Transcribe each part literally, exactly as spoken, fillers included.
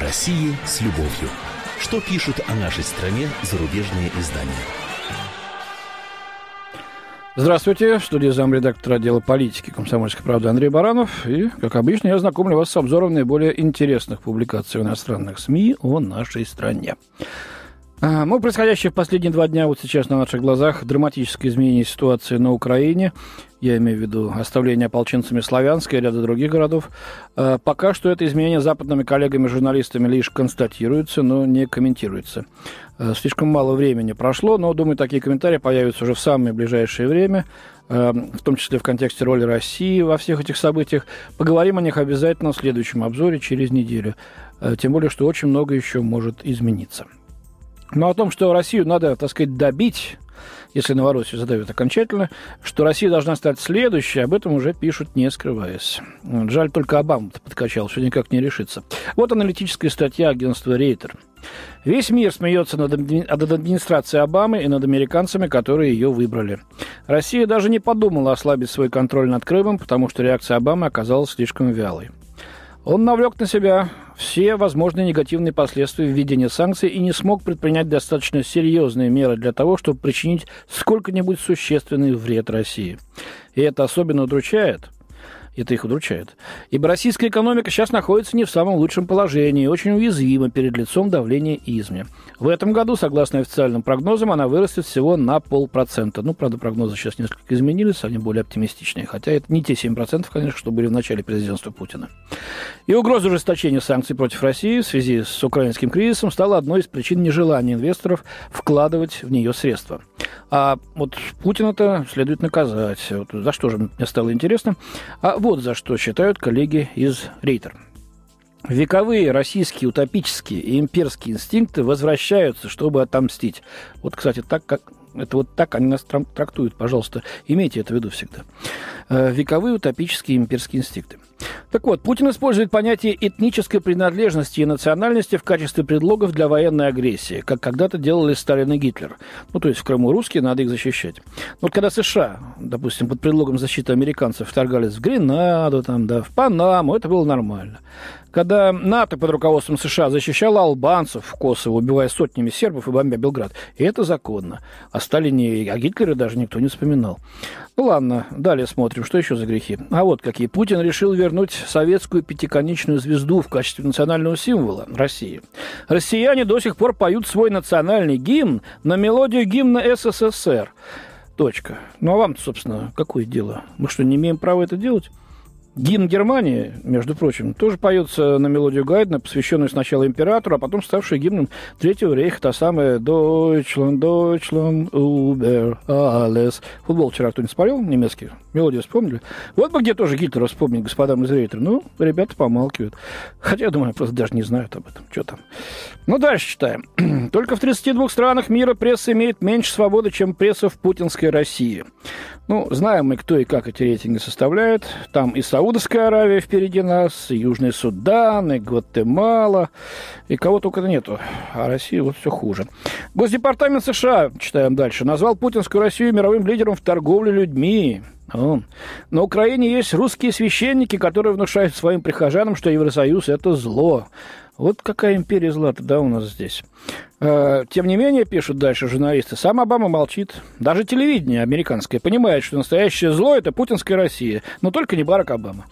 России с любовью. Что пишут о нашей стране зарубежные издания? Здравствуйте, в студии замредактора отдела политики «Комсомольской правды» Андрей Баранов. И, как обычно, я знакомлю вас с обзором наиболее интересных публикаций в иностранных СМИ о нашей стране. Ну, происходящее в последние два дня, вот сейчас на наших глазах, драматическое изменение ситуации на Украине, я имею в виду оставление ополченцами Славянска и ряда других городов, пока что это изменение западными коллегами-журналистами лишь констатируется, но не комментируется. Слишком мало времени прошло, но, думаю, такие комментарии появятся уже в самое ближайшее время, в том числе в контексте роли России во всех этих событиях. Поговорим о них обязательно в следующем обзоре через неделю, тем более, что очень много еще может измениться. Но о том, что Россию надо, так сказать, добить, если Новороссию задавят окончательно, что Россия должна стать следующей, об этом уже пишут, не скрываясь. Жаль, только Обама-то подкачал, все никак не решится. Вот аналитическая статья агентства Рейтер. Весь мир смеется над администрацией Обамы и над американцами, которые ее выбрали. Россия даже не подумала ослабить свой контроль над Крымом, потому что реакция Обамы оказалась слишком вялой. Он навлек на себя все возможные негативные последствия введения санкций и не смог предпринять достаточно серьезные меры для того, чтобы причинить сколько-нибудь существенный вред России. И это особенно удручает. Это их удручает. Ибо российская экономика сейчас находится не в самом лучшем положении и очень уязвима перед лицом давления извне. В этом году, согласно официальным прогнозам, она вырастет всего на полпроцента. Ну, правда, прогнозы сейчас несколько изменились, они более оптимистичные. Хотя это не те семь процентов, конечно, что были в начале президентства Путина. И угроза ужесточения санкций против России в связи с украинским кризисом стала одной из причин нежелания инвесторов вкладывать в нее средства. А вот Путина-то следует наказать. Вот за что же мне стало интересно? А вот за что считают коллеги из Рейтер. Вековые российские утопические и имперские инстинкты возвращаются, чтобы отомстить. Вот, кстати, так как... Это вот так они нас трактуют, пожалуйста, имейте это в виду всегда. Вековые утопические и имперские инстинкты. Так вот, Путин использует понятие этнической принадлежности и национальности в качестве предлогов для военной агрессии, как когда-то делали Сталин и Гитлер. Ну, то есть в Крыму русские, надо их защищать. Вот когда США, допустим, под предлогом защиты американцев вторгались в Гренаду, там, да, в Панаму, это было нормально. Когда НАТО под руководством США защищало албанцев в Косово, убивая сотнями сербов и бомбя Белград, и это законно. О Сталине и о Гитлере даже никто не вспоминал. Ну ладно, далее смотрим, что еще за грехи. А вот какие. Путин решил вернуть советскую пятиконечную звезду в качестве национального символа России. Россияне до сих пор поют свой национальный гимн на мелодию гимна СССР. Точка. Ну а вам-то, собственно, какое дело? Мы что, не имеем права это делать? Гимн Германии, между прочим, тоже поется на мелодию Гайдна, посвященную сначала императору, а потом ставшую гимном Третьего рейха, та самая «Deutschland, Deutschland, über alles». Футбол вчера кто-нибудь смотрел немецкий? Мелодию вспомнили? Вот бы где тоже Гитлера вспомнить, господам из Рейтера. Ну, ребята помалкивают. Хотя, я думаю, просто даже не знают об этом. Что там? Ну, дальше читаем. Только в тридцати двух странах мира пресса имеет меньше свободы, чем пресса в путинской России. Ну, знаем мы, кто и как эти рейтинги составляет. Там и Саудовская Аравия впереди нас, и Южный Судан, и Гватемала, и кого только нету. А Россия вот все хуже. Госдепартамент США, читаем дальше, назвал путинскую Россию мировым лидером в торговле людьми. О. На Украине есть русские священники, которые внушают своим прихожанам, что Евросоюз – это зло. Вот какая империя зла-то, да, у нас здесь. Тем не менее, пишут дальше журналисты, сам Обама молчит. Даже телевидение американское понимает, что настоящее зло – это путинская Россия, но только не Барак Обама.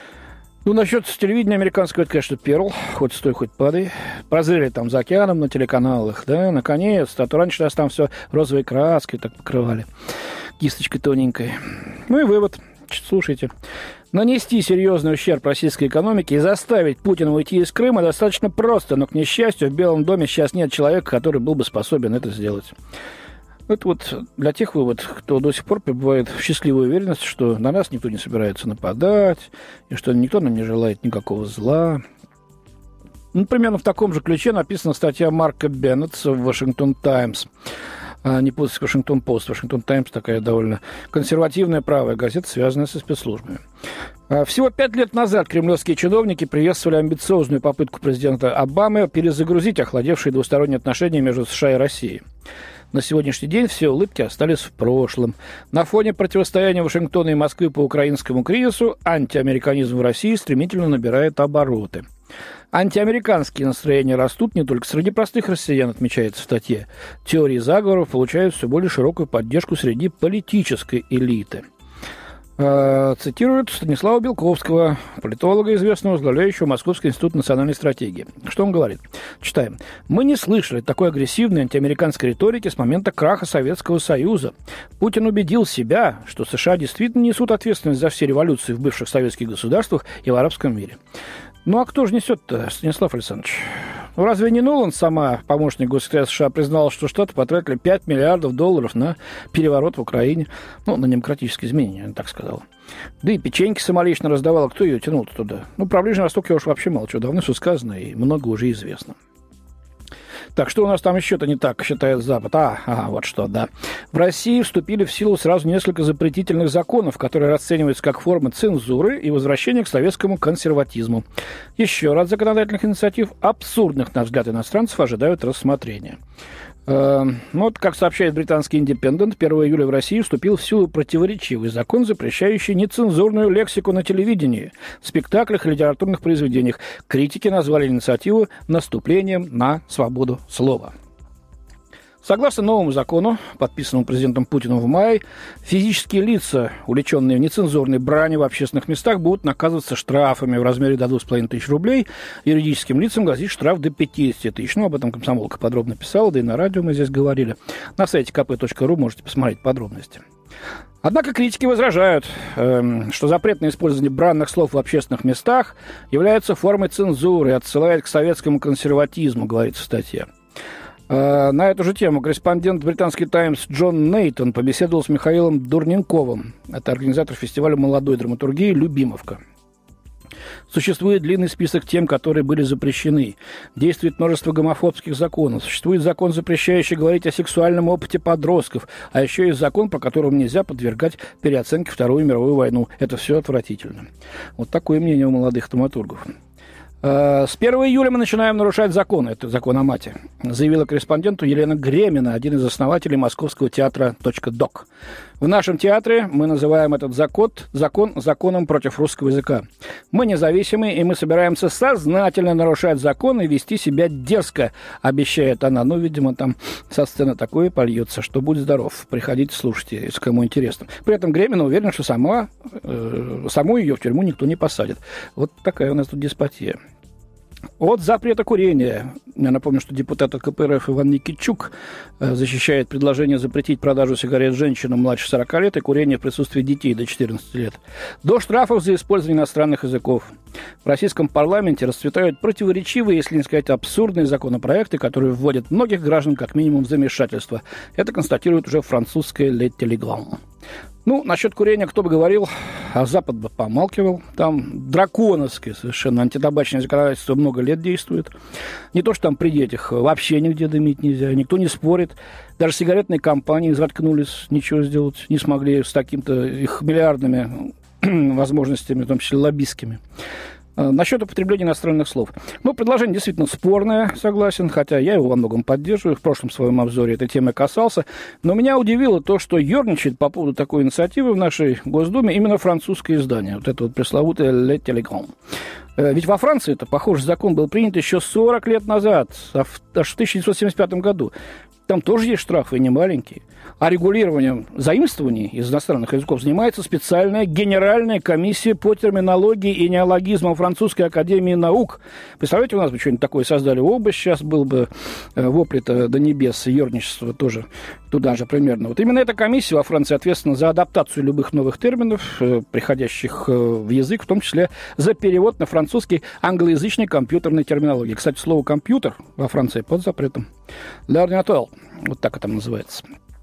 Ну, насчет телевидения американского, это, конечно, перл, хоть стой, хоть падай. Прозрели там за океаном на телеканалах, да, наконец-то. А то раньше нас там все розовой краской так покрывали, кисточкой тоненькой. Ну и вывод. Слушайте. Нанести серьезный ущерб российской экономике и заставить Путина уйти из Крыма достаточно просто, но, к несчастью, в Белом доме сейчас нет человека, который был бы способен это сделать. Это вот для тех вывод, кто до сих пор пребывает в счастливой уверенности, что на нас никто не собирается нападать, и что никто нам не желает никакого зла. Ну, примерно в таком же ключе написана статья Марка Беннетса в «Вашингтон Таймс». А не путать с «Вашингтон Пост». «Вашингтон Таймс» такая довольно консервативная правая газета, связанная со спецслужбами. Всего пять лет назад кремлевские чиновники приветствовали амбициозную попытку президента Обамы перезагрузить охладевшие двусторонние отношения между США и Россией. На сегодняшний день все улыбки остались в прошлом. На фоне противостояния Вашингтона и Москвы по украинскому кризису антиамериканизм в России стремительно набирает обороты. Антиамериканские настроения растут не только среди простых россиян, отмечается в статье. Теории заговоров получают все более широкую поддержку среди политической элиты. Цитируют Станислава Белковского, политолога, известного, возглавляющего Московский институт национальной стратегии. Что он говорит? Читаем. «Мы не слышали такой агрессивной антиамериканской риторики с момента краха Советского Союза. Путин убедил себя, что США действительно несут ответственность за все революции в бывших советских государствах и в арабском мире». Ну, а кто же несет-то, Станислав Александрович? Ну, разве не Нолан, сама помощник госсекретаря США, признала, что Штаты потратили пять миллиардов долларов на переворот в Украине? Ну, на демократические изменения, она так сказала. Да и печеньки самолично раздавала. Кто ее тянул-то туда? Ну, про Ближний Восток я уж вообще молчу. Давно все сказано и много уже известно. Так, что у нас там еще-то не так, считает Запад? А, ага, вот что, да. В России вступили в силу сразу несколько запретительных законов, которые расцениваются как формы цензуры и возвращения к советскому консерватизму. Еще ряд законодательных инициатив, абсурдных, на взгляд иностранцев, ожидают рассмотрения. Ну, вот, как сообщает британский «Индепендент», первого июля в России вступил в силу противоречивый закон, запрещающий нецензурную лексику на телевидении, в спектаклях и литературных произведениях. Критики назвали инициативу наступлением на свободу слова. Согласно новому закону, подписанному президентом Путиным в мае, физические лица, увлеченные в нецензурной брани в общественных местах, будут наказываться штрафами в размере до двух с половиной тысяч рублей. Юридическим лицам грозит штраф до пятьдесят тысяч. Ну, об этом «Комсомолка» подробно писала, да и на радио мы здесь говорили. На сайте ка пэ точка ру можете посмотреть подробности. Однако критики возражают, э, что запрет на использование бранных слов в общественных местах является формой цензуры и отсылает к советскому консерватизму, говорится в статье. На эту же тему корреспондент британский «Таймс» Джон Нейтон побеседовал с Михаилом Дурненковым. Это организатор фестиваля молодой драматургии «Любимовка». Существует длинный список тем, которые были запрещены. Действует множество гомофобских законов. Существует закон, запрещающий говорить о сексуальном опыте подростков. А еще есть закон, по которому нельзя подвергать переоценке Вторую мировую войну. Это все отвратительно. Вот такое мнение у молодых драматургов. С первого июля мы начинаем нарушать законы. Это закон о мате, заявила корреспонденту Елена Гремина, один из основателей московского театра «Док». В нашем театре мы называем этот закон, закон законом против русского языка. Мы независимые, и мы собираемся сознательно нарушать закон и вести себя дерзко, обещает она. Ну, видимо, там со сцены такое польется, что будь здоров. Приходите, слушайте, если кому интересно. При этом Гремина уверена, что сама, э, саму ее в тюрьму никто не посадит. Вот такая у нас тут деспотия. От запрета курения. Я напомню, что депутат от ка пэ эр эф Иван Никитчук защищает предложение запретить продажу сигарет женщинам младше сорока лет и курение в присутствии детей до четырнадцати лет. До штрафов за использование иностранных языков. В российском парламенте расцветают противоречивые, если не сказать абсурдные законопроекты, которые вводят многих граждан как минимум в замешательство. Это констатирует уже французская «Le Télégramme». Ну, насчет курения кто бы говорил, а Запад бы помалкивал. Там драконовское совершенно антитабачное законодательство много лет действует. Не то, что там при детях вообще нигде дымить нельзя, никто не спорит. Даже сигаретные компании заткнулись, ничего сделать не смогли с такими-то их миллиардными возможностями, в том числе лоббистскими. Насчет употребления иностранных слов. Ну, предложение действительно спорное, согласен, хотя я его во многом поддерживаю. В прошлом своем обзоре этой темы касался. Но меня удивило то, что ерничает по поводу такой инициативы в нашей Госдуме именно французское издание. Вот это вот пресловутое «Le Télégramme». Ведь во Франции это похожий закон был принят еще сорок лет назад, аж в тысяча девятьсот семьдесят пятом году. Там тоже есть штрафы, не маленькие. А регулированием заимствований из иностранных языков занимается специальная Генеральная комиссия по терминологии и неологизмам Французской академии наук. Представляете, у нас бы что-нибудь такое создали. Оба сейчас был бы вопли-то до небес, ерничество тоже туда же примерно. Вот именно эта комиссия во Франции ответственна за адаптацию любых новых терминов, приходящих в язык, в том числе за перевод на французский англоязычной компьютерной терминологии. Кстати, слово «компьютер» во Франции под запретом. «L'ordinateur», вот так это называется.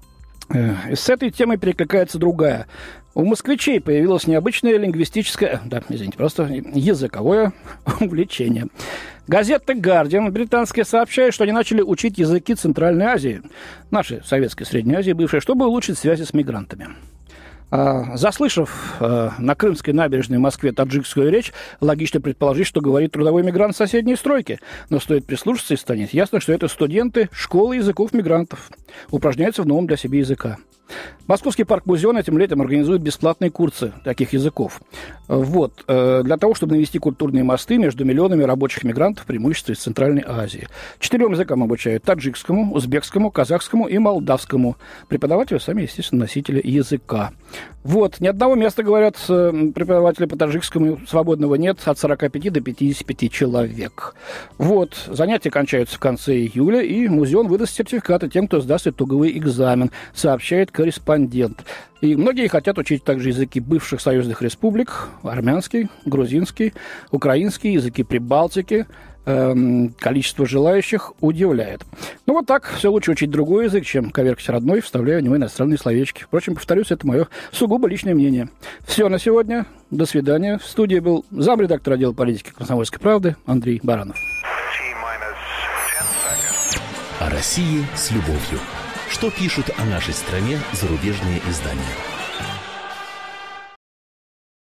И с этой темой перекликается другая. У москвичей появилось необычное лингвистическое, да, извините, просто языковое увлечение. Газета «Гардиан» британская сообщает, что они начали учить языки Центральной Азии, нашей советской Средней Азии бывшей, чтобы улучшить связи с мигрантами. Заслышав на Крымской набережной в Москве таджикскую речь, логично предположить, что говорит трудовой мигрант соседней стройки. Но стоит прислушаться, и станет ясно, что это студенты школы языков мигрантов. Упражняются в новом для себя языка. Московский парк-музеон этим летом организует бесплатные курсы таких языков. Вот. Для того, чтобы навести культурные мосты между миллионами рабочих мигрантов, преимущественно из Центральной Азии. Четырем языкам обучают: таджикскому, узбекскому, казахскому и молдавскому. Преподаватели сами, естественно, носители языка. Вот. Ни одного места, говорят преподаватели по таджикскому, свободного нет, от сорока пяти до пятидесяти пяти человек. Вот. Занятия кончаются в конце июля, и музеон выдаст сертификаты тем, кто сдаст итоговый экзамен, сообщает корреспондент. И многие хотят учить также языки бывших союзных республик: армянский, грузинский, украинский, языки Прибалтики. Эм, количество желающих удивляет. Ну вот так, все лучше учить другой язык, чем коверкать родной, вставляя в него иностранные словечки. Впрочем, повторюсь, это мое сугубо личное мнение. Все на сегодня. До свидания. В студии был замредактор отдела политики «Комсомольской правды» Андрей Баранов. О России с любовью. Что пишут о нашей стране зарубежные издания?